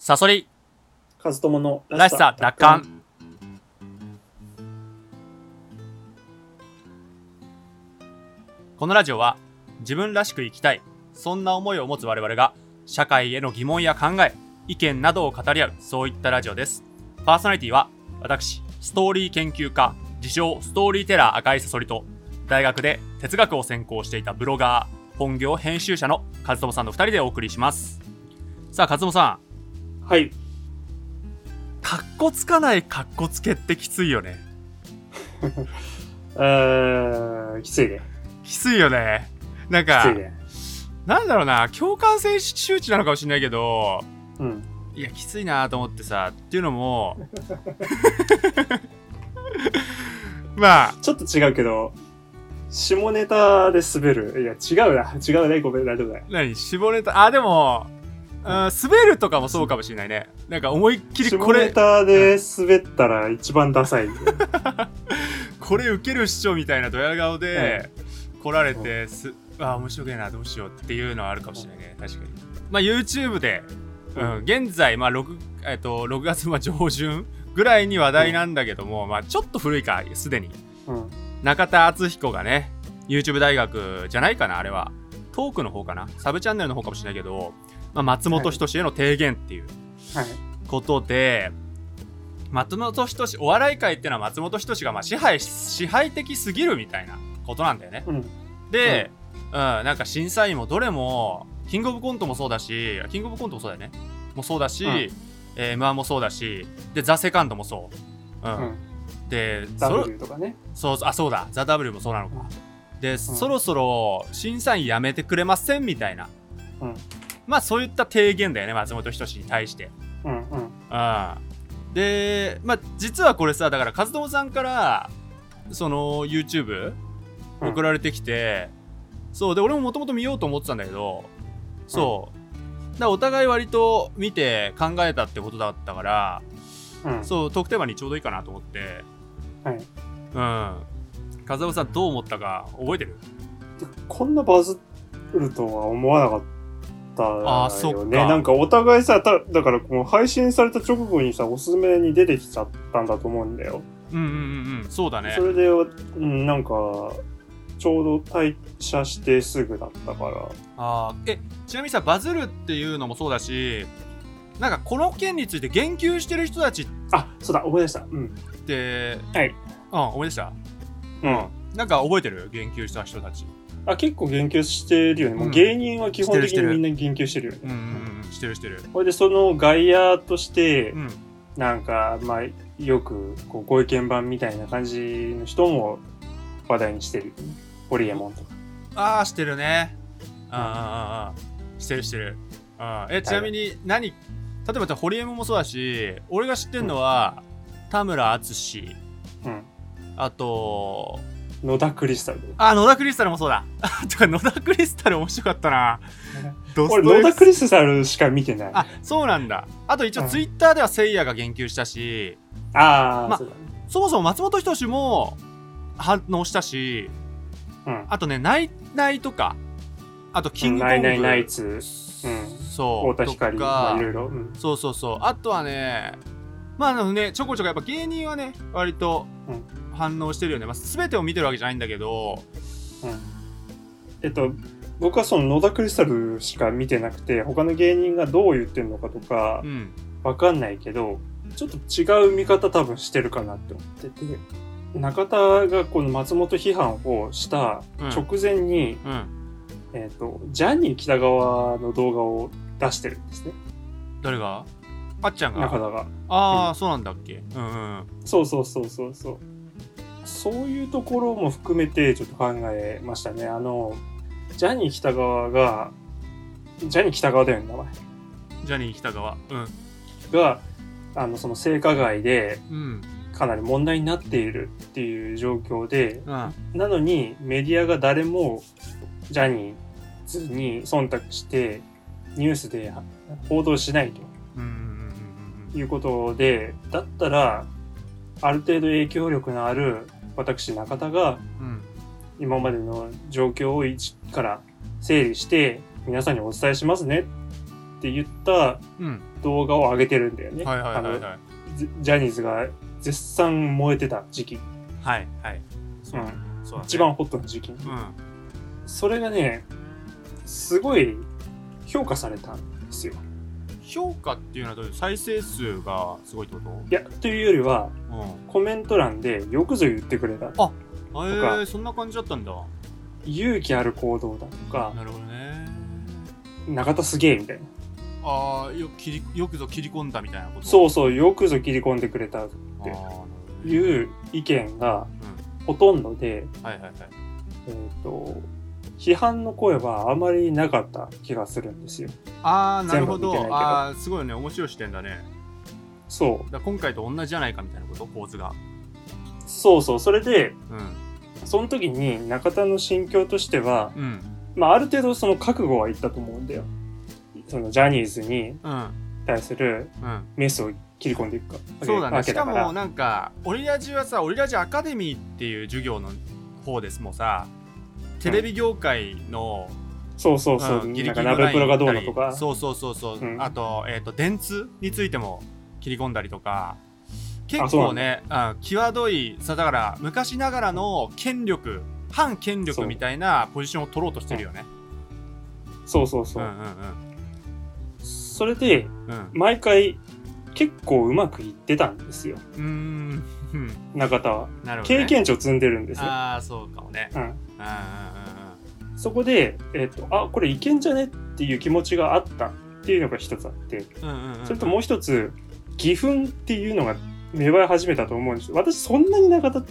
サソリカズトモのらしさ奪還。このラジオは自分らしく生きたい、そんな思いを持つ我々が社会への疑問や考え、意見などを語り合う、そういったラジオです。パーソナリティは私、ストーリー研究家、自称ストーリーテラー赤いサソリと、大学で哲学を専攻していたブロガー、本業編集者のカズトモさんの2人でお送りします。さあカズトモさん、はい。 かっこつかないかっこつけってきついよね。 きついね。 きついよね。なんか、 きついね。 なんだろうな、共感性周知なのかもしれないけど、 うん、 いやきついなと思ってさ、っていうのもまあちょっと違うけど、下ネタで滑る。いや違うな、違うね、ごめん、大丈夫だよ。 何下ネタ、でも、滑るとかもそうかもしれないね。なんか思いっきりこれ下ネタで滑ったら一番ダサい、 これ受ける主張みたいなドヤ顔で来られて、面白いな、どうしようっていうのはあるかもしれないね。確かに。まあ YouTube で、現在、まあ6月上旬ぐらいに話題なんだけども、まあちょっと古いか、すでに。中田敦彦がね、YouTube 大学じゃないかな、あれは。トークの方かな、サブチャンネルの方かもしれないけど、まあ、松本人志への提言っていうことで、松本人志、お笑い界っていうのは松本人志がまあ支配的すぎるみたいなことなんだよね。で、なんか審査員もどれもキングオブコントもそうだし、キングオブコントもそうだよね、もそうだし、M1 もそうだし、でザ・セカンドもそう、で W とかね、 そうだ、ザ・ W もそうなのか、で、そろそろ審査員やめてくれませんみたいな、まあそういった提言だよね、松本人志に対して。で、まあ実はこれさ、だからカズトモさんからその YouTube 送られてきて、そうで、俺ももともと見ようと思ってたんだけど、そうだからお互い割と見て考えたってことだったから、そうトークテーマにちょうどいいかなと思って、カズトモさんどう思ったか覚えてる？ こんなバズるとは思わなかった。 そうね、なんかお互いさ、だからこの配信された直後にさ、おすすめに出てきちゃったんだと思うんだよ。 そうだね。 それで、なんかちょうど退社してすぐだったから。 ちなみにさ、バズるっていうのもそうだし、なんかこの件について言及してる人たち、 そうだ、思い出した。 で、思い出した。なんか覚えてる？言及した人たち。 結構言及してるよね。もう芸人は基本的にみんな言及してるよね。 してる。 それでその外野として、なんかまあよくこうご意見番みたいな感じの人も話題にしてる。ホリエモンとか。 してるね。してる。ちなみに例えばホリエモンもそうだし、俺が知ってるのは、田村淳、あと野田クリスタル。 野田クリスタルもそうだ。とか野田クリスタル面白かったな。 俺野田クリスタルしか見てない。 そうなんだ。あと一応ツイッターではせいやが言及したし、そうだね。そもそも松本人志も反応したし、あとね、ナイナイとか、あとキングコング、 ナイツ、 そう太田光とかいろいろ、 そう。あとはね、まあね、ちょこちょこやっぱ芸人はね、割と反応してるよね。全てを見てるわけじゃないんだけど、 僕はその野田クリスタルしか見てなくて、他の芸人がどう言ってるのかとかわかんないけど、ちょっと違う見方多分してるかなって思ってて、中田がこの松本批判をした直前に、ジャニー喜多川の動画を出してるんですね。 誰が？あっちゃんが？ 中田が。 そうなんだっけ。 そう。そういうところも含めてちょっと考えましたね。ジャニー喜多川だよね、名前。 ジャニー喜多川。 が、その性加害で、かなり問題になっているっていう状況で、なのにメディアが誰もジャニーズに忖度してニュースで報道しないということで、だったらある程度影響力のある私中田が今までの状況を一から整理して皆さんにお伝えしますねっって言った動画を上げてるんだよね。ジャニーズが絶賛燃えてた時期。 はいはい。そうね、 一番ホットな時期に、それがねすごい評価されたんですよ。 評価っていうのはどういう再生数がすごいってこと？ いやというよりは、コメント欄でよくぞ言ってくれたとか、そんな感じだったんだ。 勇気ある行動だとか、 なるほどね、 中田すげえみたいな、 よくぞ切り込んだみたいなこと。 そうそう、よくぞ切り込んでくれたっていう意見がほとんどで、批判の声はあまりなかった気がするんですよ。 なるほど。すごいね、面白い視点だね。そうだ、今回と同じじゃないかみたいなこと、構図が。 そうそう、それで、その時に中田の心境としては、ある程度その覚悟はいったと思うんだよ。そのジャニーズに対するメスを切り込んでいくか。 そうだね。しかもなんかオリラジはさ、オリラジアカデミーっていう授業の方ですもんさ、テレビ業界の、 そうそうそう、なんかナベプロがどうのとか、 そうそうそうそう、あと電通についても切り込んだりとか、結構ね、際どいさ、だから昔ながらの反権力みたいなポジションを取ろうとしてるよね。 そうそうそう。それで、毎回結構うまくいってたんですよ。中田は、経験値を積んでるんですよ。 そうかもね。 そこで、これいけんじゃねっていう気持ちがあったっていうのが一つあって、それともう一つ、義憤っていうのが芽生え始めたと思うんですよ。私そんなに中田って、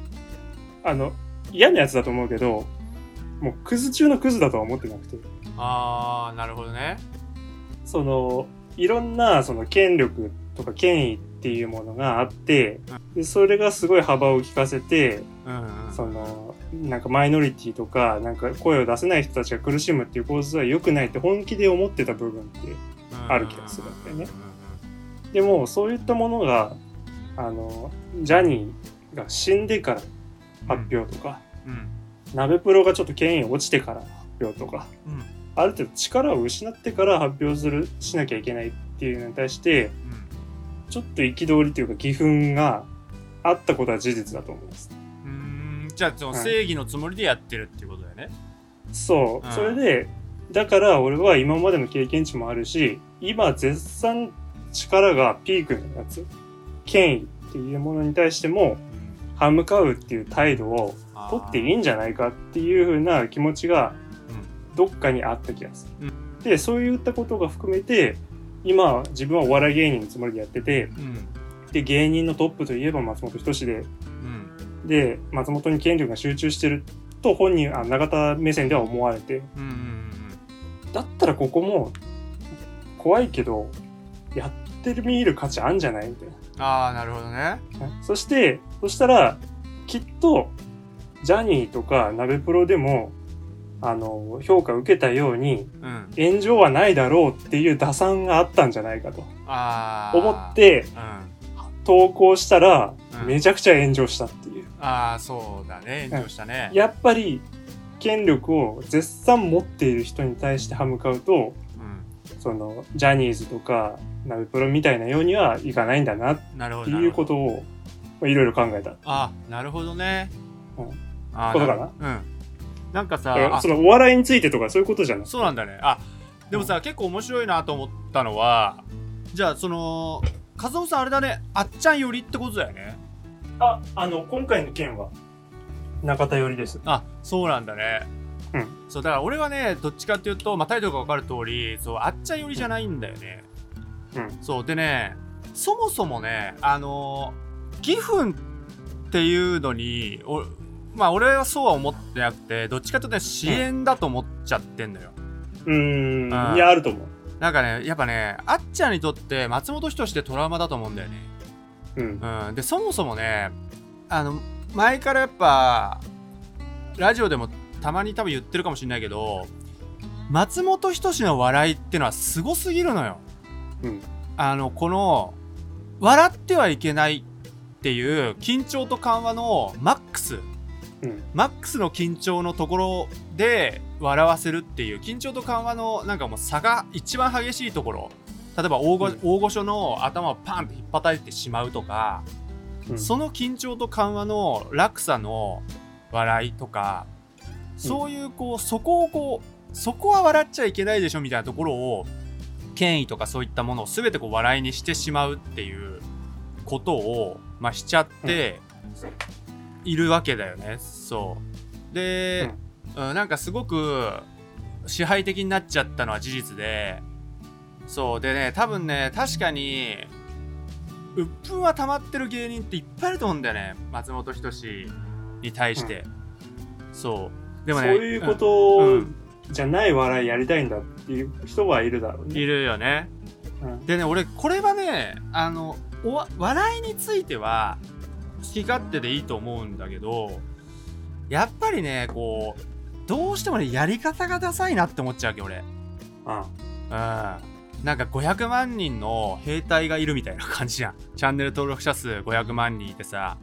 嫌なやつだと思うけど、もうクズ中のクズだとは思ってなくて。 なるほどね。 そのいろんなその権力とか権威っていうものがあって、でそれがすごい幅を利かせて、そのなんかマイノリティとかなんか声を出せない人たちが苦しむっていう構図は良くないって本気で思ってた部分ってある気がするんだよね。でもそういったものがジャニーが死んでから発表とか、ナベプロがちょっと権威落ちてから発表とか、ある程度力を失ってから発表しなきゃいけないっていうのに対して、ちょっと憤りというか義憤があったことは事実だと思います。 じゃあその正義のつもりでやってるっていうことだよね。 そう、それでだから俺は今までの経験値もあるし、今絶賛力がピークのやつ、権威っていうものに対しても歯向かうっていう態度を取っていいんじゃないかっていう風な気持ちがどっかにあった気がする。でそういったことが含めて今自分はお笑い芸人のつもりでやってて、で芸人のトップといえば松本人志で、で松本に権力が集中してると本人永田目線では思われて、だったらここも怖いけどやってみる価値あんじゃないみたいな。 なるほどね。 そしたらきっとジャニーとかナベプロでも評価を受けたように、炎上はないだろうっていう打算があったんじゃないかと思って、投稿したら、めちゃくちゃ炎上したっていう。 そうだね、炎上したね。 やっぱり権力を絶賛持っている人に対して歯向かうと、そのジャニーズとかナベプロみたいなようにはいかないんだなっていうことをいろいろ考えた。 なるほどね。 ことかな。 なんかさ、 そのお笑いについてとかそういうことじゃない。 そうなんだね。でもさ、結構面白いなと思ったのは、じゃあその和夫さんあれだね、あっちゃん寄りってことだよね。 今回の件は中田寄りです。 そうなんだね。そうだから俺はね、どっちかっていうと、タイトルが分かる通り、そうあっちゃん寄りじゃないんだよね。そうでね、そもそもね、義憤っていうのに俺はそうは思ってなくて、どっちかというと支援だと思っちゃってんのよ。 いや、あると思う。 なんかね、やっぱね、あっちゃんにとって松本人志ってトラウマだと思うんだよね。でそもそもね、前からやっぱラジオでもたまに多分言ってるかもしれないけど、松本人志の笑いってのはすごすぎるのよ。この笑ってはいけないっていう緊張と緩和のマックスマックスの緊張のところで笑わせるっていう、緊張と緩和のなんかもう差が一番激しいところ、例えば大御所の頭をパンって引っ叩いてしまうとか、その緊張と緩和の落差の笑いとか、そういうこうそこは笑っちゃいけないでしょみたいなところを、権威とかそういったものを全てこう笑いにしてしまうっていうことを、しちゃっているわけだよね。そうで、なんかすごく支配的になっちゃったのは事実で、そうでね、多分ね、確かに鬱憤は溜まってる芸人っていっぱいいると思うんだよね、松本人志に対して、そうでもね、 そういうことじゃない笑いやりたいんだっていう人はいるだろうね。 いるよね、でね、俺これはね、笑いについては好き勝手でいいと思うんだけど、やっぱりね、こうどうしてもね、やり方がダサいなって思っちゃうわけ俺。なんか500万人の兵隊がいるみたいな感じじゃん。チャンネル登録者数500万人いてさ、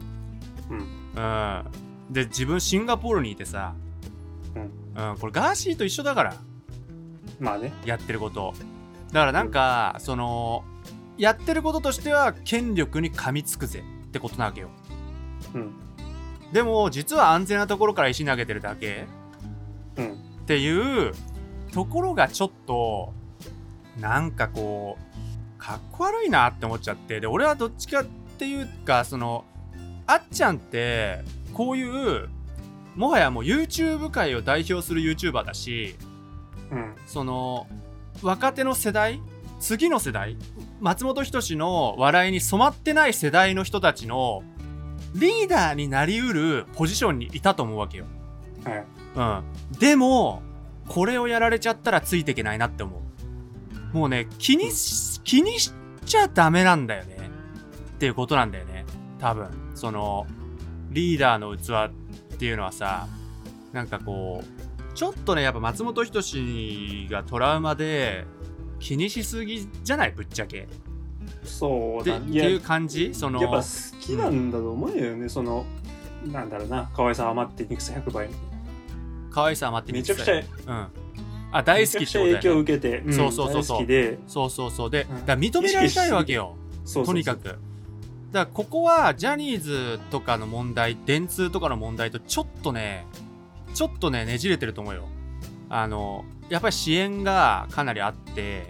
で自分シンガポールにいてさ、これガーシーと一緒だから、 まあね、 やってることだからなんか、そのやってることとしては権力に噛みつくぜってことなわけよ。でも実は安全なところから石投げてるだけ、っていうところがちょっとなんかこうかっこ悪いなって思っちゃって、で俺はどっちかっていうか、そのあっちゃんってこういうもはやもう YouTube 界を代表する YouTuber だし、その若手の世代、次の世代、松本人志の笑いに染まってない世代の人たちのリーダーになりうるポジションにいたと思うわけよ。でもこれをやられちゃったらついていけないなって思う。もうね、気にしちゃダメなんだよねっていうことなんだよね。多分そのリーダーの器っていうのはさ、なんかこうちょっとね、やっぱ松本人志がトラウマで気にしすぎじゃない、ぶっちゃけ。 そうだねっていう感じ。そのやっぱ好きなんだと思うよね、そのなんだろうな、可愛さ余って憎さ100倍、 可愛さ余って憎さ、 めちゃくちゃ、 大好きってことだよね。 影響を受けて、 そう大好きで、で、だから認められたいわけよ、とにかく。だからここはジャニーズとかの問題、電通とかの問題とちょっとねねじれてると思うよ。やっぱり支援がかなりあって、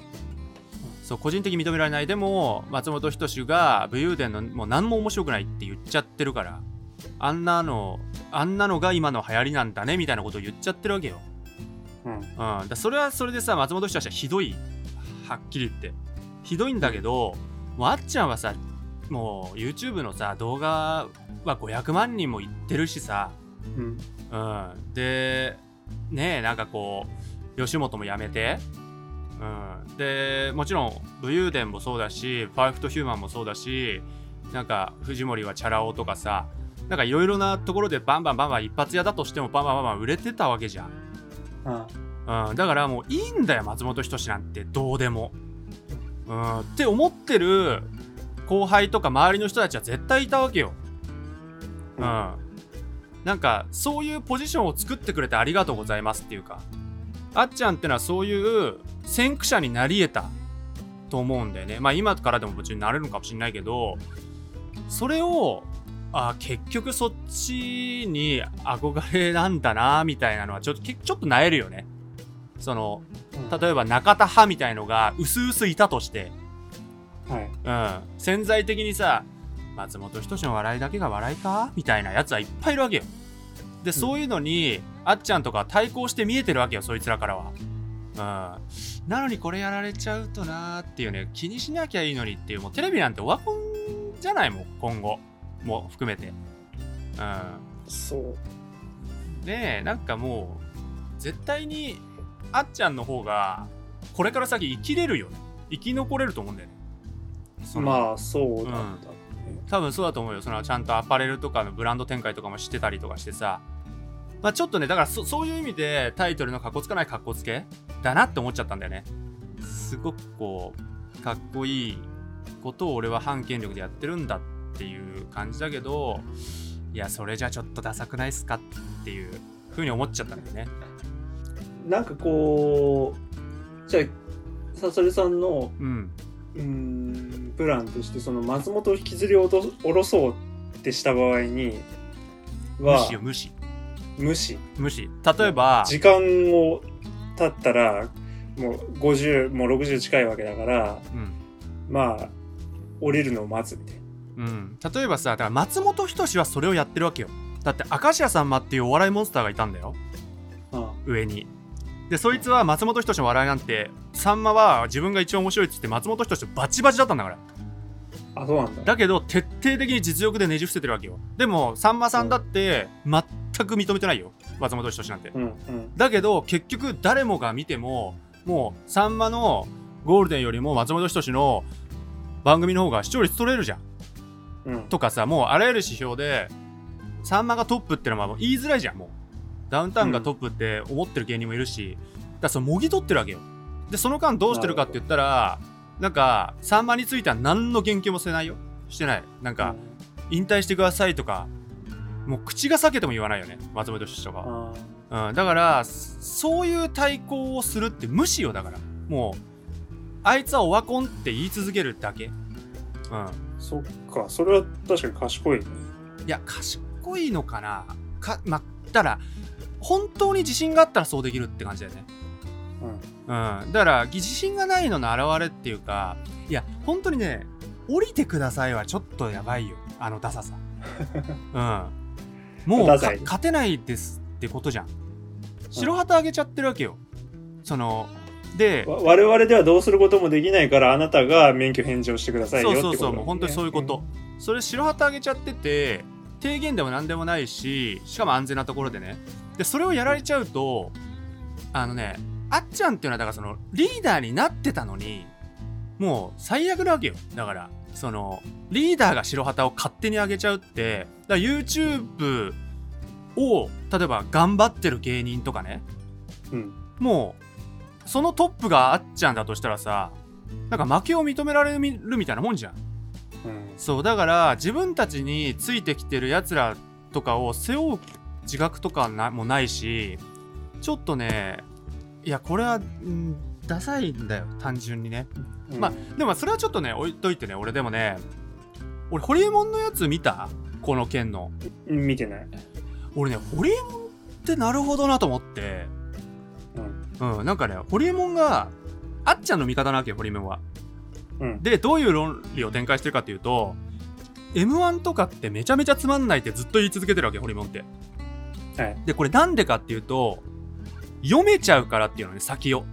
そう個人的に認められない。でも松本人志が武勇伝のもう何も面白くないって言っちゃってるから、あんなのが今の流行りなんだねみたいなことを言っちゃってるわけよ。だそれはそれでさ、松本人志はひどい、はっきり言ってひどいんだけど、もうあっちゃんはさ、もう YouTube のさ動画は500万人もいってるしさ、でねえ、なんかこう吉本も辞めて、でもちろん武勇伝もそうだし、パーフェクトヒューマンもそうだし、なんか藤森はチャラ男とかさ、なんかいろいろなところでバンバン一発屋だとしてもバンバン売れてたわけじゃん。だからもういいんだよ、松本人志なんてどうでも、って思ってる後輩とか周りの人たちは絶対いたわけよ。なんかそういうポジションを作ってくれてありがとうございますっていうか、あっちゃんってのはそういう先駆者になり得たと思うんだよね。今からでも別になれるのかもしれないけど、それを結局そっちに憧れなんだなみたいなのはちょっとなえるよね。その例えば中田派みたいのが薄々いたとして、潜在的にさ、松本人志の笑いだけが笑いかみたいなやつはいっぱいいるわけよ。で、そういうのにあっちゃんとか対抗して見えてるわけよ、そいつらからは。なのにこれやられちゃうとなーっていうね、気にしなきゃいいのにっていう、もうテレビなんてオワコンじゃない、もう今後も含めて。そうねえ、なんかもう絶対にあっちゃんの方がこれから先生きれるよね、生き残れると思うんだよね。 まあそうなんだ、 多分そうだと思うよ。そのちゃんとアパレルとかのブランド展開とかもしてたりとかしてさ、ちょっとね、だからそういう意味でタイトルのかっこつかないかっこつけだなって思っちゃったんだよね。すごくこうかっこいいことを俺は反権力でやってるんだっていう感じだけど、 いやそれじゃちょっとダサくないっすかっていう風に思っちゃったんだよね。 なんかこうじゃあサソリさんのプランとしてその松本を引きずり下ろそうってした場合には無視。 例えば時間を経ったらもう50もう60近いわけだから、まあ降りるのを待つみたいな、 例えばさだから松本人志はそれをやってるわけよ。だって明石家さんまっていうお笑いモンスターがいたんだよ、上に。でそいつは松本人志の笑いなんてさんまは自分が一番面白いっつって松本人志とバチバチだったんだから。 あ、そうなんだ。 だけど徹底的に実力でねじ伏せてるわけよ。でもさんまさんだって全く認めてないよ松本人志なんて、だけど結局誰もが見てももうさんまのゴールデンよりも松本人志の番組の方が視聴率取れるじゃん、とかさ、もうあらゆる指標でさんまがトップってのはもう言いづらいじゃん。もうダウンタウンがトップって思ってる芸人もいるし、だからそのもぎ取ってるわけよ。でその間どうしてるかって言ったらなんかさんまについては何の言及もしてないよ。してない。なんか引退してくださいとかもう口が裂けても言わないよね松本人志とか。だからそういう対抗をするって無視よ。だからもうあいつはオワコンって言い続けるだけ。 そっか、それは確かに賢いね。 いや賢いのかなだから本当に自信があったらそうできるって感じだよね。だから自信がないのの表れっていうか、いや本当にね降りてくださいはちょっとやばいよ、あのダサさ。もう勝てないですってことじゃん。白旗あげちゃってるわけよ。そので我々ではどうすることもできないからあなたが免許返上してくださいよってことだもんね。 そうもう本当にそういうこと、それ白旗あげちゃってて提言でも何でもないし、しかも安全なところでね。でそれをやられちゃうとあっちゃんっていうのはだからそのリーダーになってたのにもう最悪なわけよ。だからそのリーダーが白旗を勝手に上げちゃうってだから YouTube を例えば頑張ってる芸人とかね、もうそのトップがあっちゃんだとしたらさ、なんか負けを認められるみたいなもんじゃん。そうだから自分たちについてきてるやつらとかを背負う自覚とかもないし、ちょっとねいやこれは、ダサいんだよ単純にね。でもそれはちょっとね置いといてね。俺でもね俺ホリエモンのやつ見た？この件の。 見てない。 俺ねホリエモンってなるほどなと思って、なんかねホリエモンがあっちゃんの味方なわけよホリエモンは。でどういう論理を展開してるかっていうと M1 とかってめちゃめちゃつまんないってずっと言い続けてるわけホリエモンって。でこれなんでかっていうと読めちゃうからっていうのね、先を。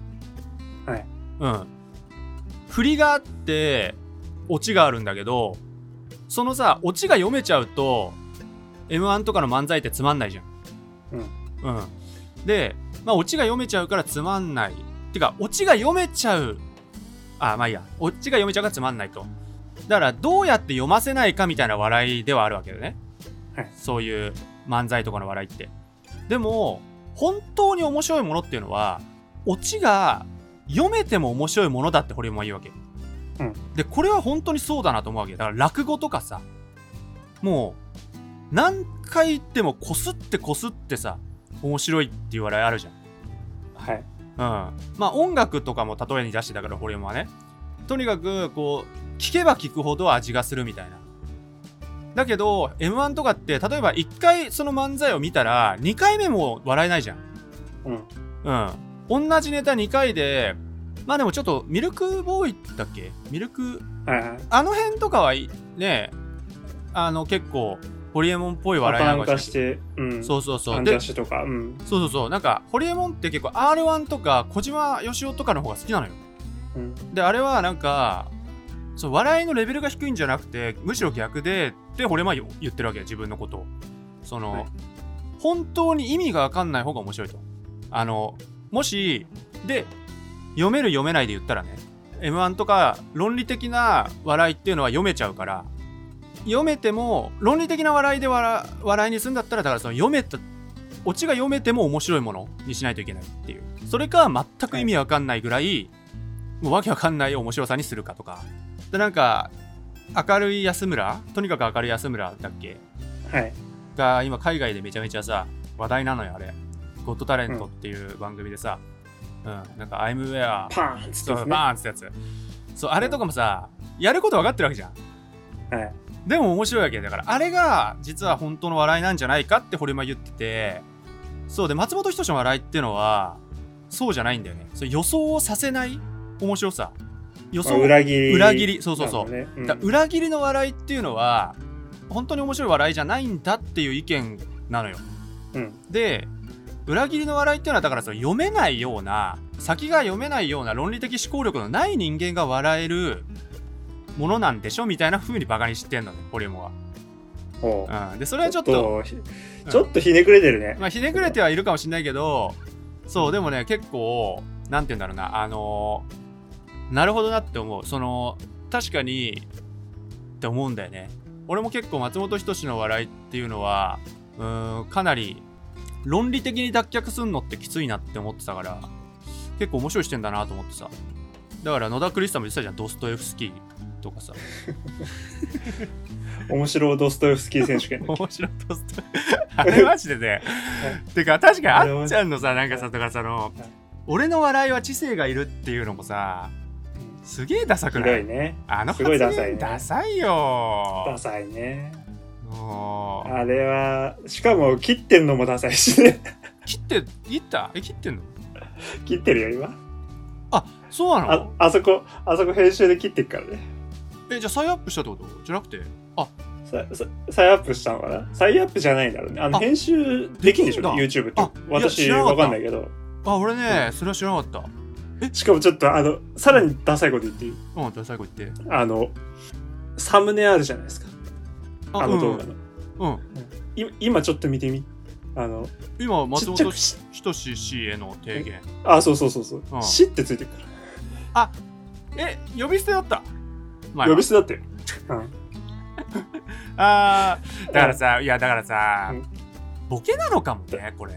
振りがあってオチがあるんだけど、そのさオチが読めちゃうと M1 とかの漫才ってつまんないじゃん。でオチが読めちゃうからつまんないってか、オチが読めちゃうオチが読めちゃうからつまんないと。だからどうやって読ませないかみたいな笑いではあるわけよね、そういう漫才とかの笑いって。でも本当に面白いものっていうのはオチが読めても面白いものだってホリエモンは言うわけ、でこれは本当にそうだなと思うわけだから。落語とかさもう何回言ってもこすってさ面白いっていう笑いあるじゃん。音楽とかも例えに出してたからホリエモンはね、とにかくこう聞けば聞くほど味がするみたいな。だけど M1 とかって例えば1回その漫才を見たら2回目も笑えないじゃん。同じネタ2回ででもちょっとミルクボーイだっけ、ミルク、あの辺とかはね結構ホリエモンっぽい笑いなんかして、そうアンジャッシュとか、 そうなんかホリエモンって結構 R1 とか小島よしおとかの方が好きなのよ。であれはなんかそう笑いのレベルが低いんじゃなくてむしろ逆でってホリエモンは言ってるわけよ、自分のことを。その、本当に意味が分かんない方が面白いと。もしで読める読めないで言ったらね M1 とか論理的な笑いっていうのは読めちゃうから、読めても論理的な笑いで笑いにするんだったら、だからその読めたオチが読めても面白いものにしないといけないっていう。それか全く意味わかんないぐらい、もうわけわかんない面白さにするかとかで、なんか明るい安村、とにかく明るい安村だっけが今海外でめちゃめちゃさ話題なのよあれ。ゴッドタレントっていう番組でさ、なんか I'm where パーンツそうバーンってやつ。そうあれとかもさ、やること分かってるわけじゃん。 はい。 でも面白いわけだから、あれが実は本当の笑いなんじゃないかって堀間言ってて、そうで松本人志の笑いっていうのはそうじゃないんだよね。それ予想をさせない面白さ。予想、 裏切りそうそうそう、 ね、 だ裏切りの笑いっていうのは本当に面白い笑いじゃないんだっていう意見なのよ。で裏切りの笑いっていうのはだからその読めないような先が読めないような論理的思考力のない人間が笑えるものなんでしょみたいな風にバカにしてんのね堀本は。でそれはちょっとひねくれてるね。 まあひねくれてはいるかもしれないけど、そうでもね結構なんて言うんだろうな、なるほどなって思う。その確かにって思うんだよね。俺も結構松本人志の笑いっていうのはかなり論理的に脱却すんのってきついなって思ってたから、結構面白い視点だなと思ってさ。だから野田クリスタも言ってたじゃん、ドストエフスキーとかさ面白ドストエフスキー選手権面白ドストあれマジでねてか確かにあっちゃんのさなんかさとかその俺の笑いは知性がいるっていうのもさすげえダサくない？ ひどいね。 あの発言ダサいよ。 ダサいね。あれはしかも切ってんのもダサいしね。 切ってんの？ 切ってるよ今。 あ、そうなの？ あそこ編集で切ってっからね。 じゃあ再アップしたってことじゃなくて、 再アップしたのかな？再アップじゃないんだろうね。編集できんでしょ YouTube って。私わかんないけど。 俺ね、それは知らなかった。 しかもちょっとさらにダサいこと言っていい？ ダサいこと言って。 サムネあるじゃないですか。動画の。今ちょっと見てみ。 今松本人志氏への提言。 そう。死ってついてるから。 呼び捨てだった。 呼び捨てだったよ。 だからさ、ボケなのかもねこれ。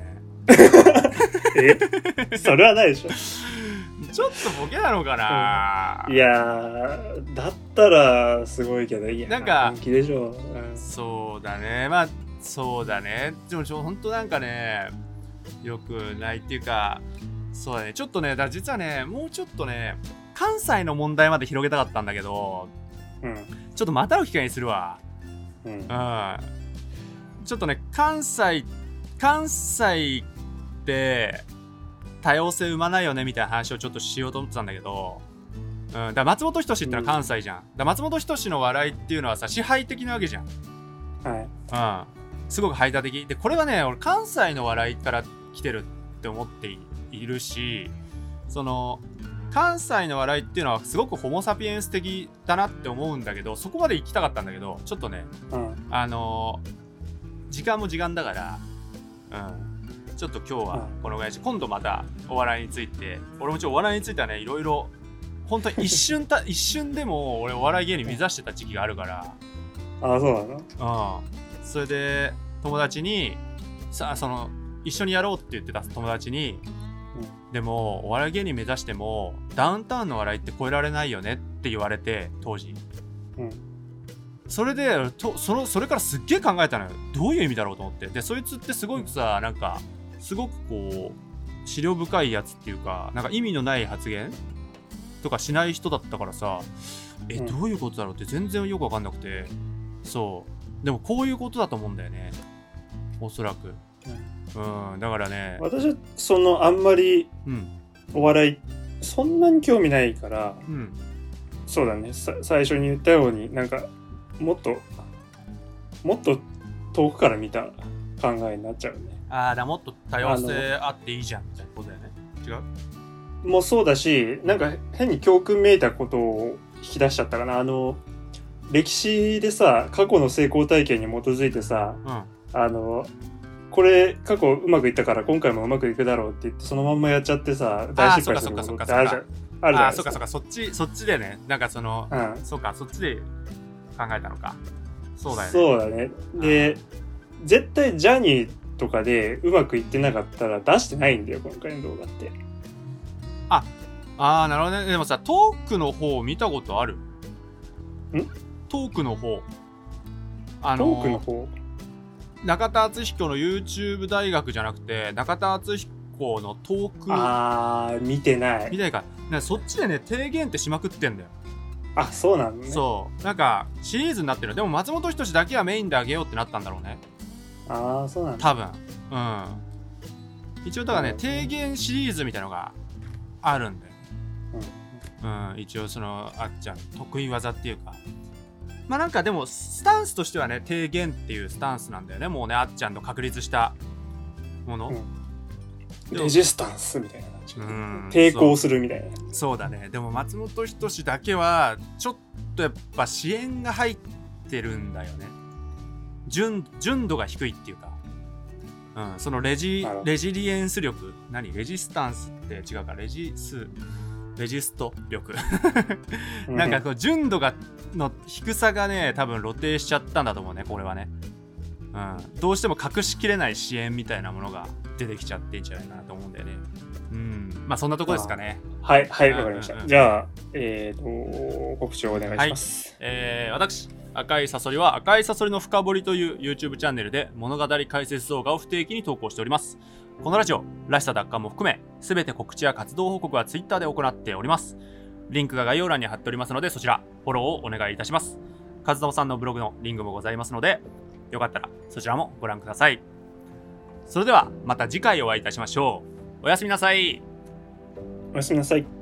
それはないでしょ。 ちょっとボケなのかな。 いやだったらすごいけど、いやなんか本気でしょ。 そうだね、そうだね。でも本当なんかねよくないっていうか、そうだね、ちょっとね実はねもうちょっとね関西の問題まで広げたかったんだけど、ちょっとまたの機会にするわ。ちょっとね関西って多様性生まないよねみたいな話をちょっとしようと思ってたんだけど、だから松本人志ってのは関西じゃん。だ松本人志の笑いっていうのはさ支配的なわけじゃん。すごく排他的で、これはね俺関西の笑いから来てるって思っているし、その関西の笑いっていうのはすごくホモサピエンス的だなって思うんだけど、そこまで行きたかったんだけどちょっとね、時間も時間だから、ちょっと今日はこのぐらいし、今度またお笑いについて、俺もお笑いについてはねいろいろ本当に一瞬でも俺お笑い芸人目指してた時期があるから。 そうなの？ それで友達に一緒にやろうって言ってた友達に、でもお笑い芸人目指してもダウンタウンの笑いって超えられないよねって言われて当時、それでそれからすっげえ考えたのよ。どういう意味だろうと思って。でそいつってすごくさ、なんかすごくこう資料深いやつっていうか、なんか意味のない発言とかしない人だったからさ、どういうことだろうって全然よく分かんなくて、でもこういうことだと思うんだよねおそらく。だからね私はあんまりお笑いそんなに興味ないから、そうだね、最初に言ったようになんかもっと遠くから見た考えになっちゃうね。 だもっと多様性あっていいじゃんみたいなことだよね。違う？ もうそうだし、なんか変に教訓めいたことを引き出しちゃったかな。歴史でさ、過去の成功体験に基づいてさ、これ過去うまくいったから今回もうまくいくだろうって言ってそのまんまやっちゃってさ、大失敗することってあるじゃないですか。 そっちでね、なんかそうか、そっちで考えたのか。そうだよね。そうだね。 で、絶対ジャニーとかでうまくいってなかったら出してないんだよ今回の動画って。 なるほどね。でもさ、トークの方見たことある？トークの方。 トークの方？ 中田敦彦の YouTube 大学じゃなくて中田敦彦のトーク見てないかそっちでね提言ってしまくってんだよ。 そうなのね。 そうなんかシリーズになってる。でも松本人志だけはメインであげようってなったんだろうね。 そうなんだ多分。一応だからね提言シリーズみたいなのがあるんだよ。一応そのあっちゃん得意技っていうかまあなんかでもスタンスとしてはね提言っていうスタンスなんだよね。もうねあっちゃんの確立したもの、 レジスタンスみたいな感じ、抵抗するみたいな。 そうだね。でも松本人志だけはちょっとやっぱ支援が入ってるんだよね。純度が低いっていうか、そのレジリエンス力レジスタンスって違うかレジスト力なんかこう純度の低さがね多分露呈しちゃったんだと思うねこれはね。どうしても隠しきれない支援みたいなものが出てきちゃってんじゃないかなと思うんだよね。まあそんなとこですかね。 はいわかりました。じゃあ告知をお願いします。 私赤いサソリは赤いサソリの深掘りという YouTube チャンネルで物語解説動画を不定期に投稿しております。このラジオらしさ奪還も含め全て告知や活動報告は Twitter で行っております。リンクが概要欄に貼っておりますのでそちらフォローをお願いいたします。和友さんのブログのリンクもございますのでよかったらそちらもご覧ください。それではまた次回お会いいたしましょう。おやすみなさい。 おやすみなさい。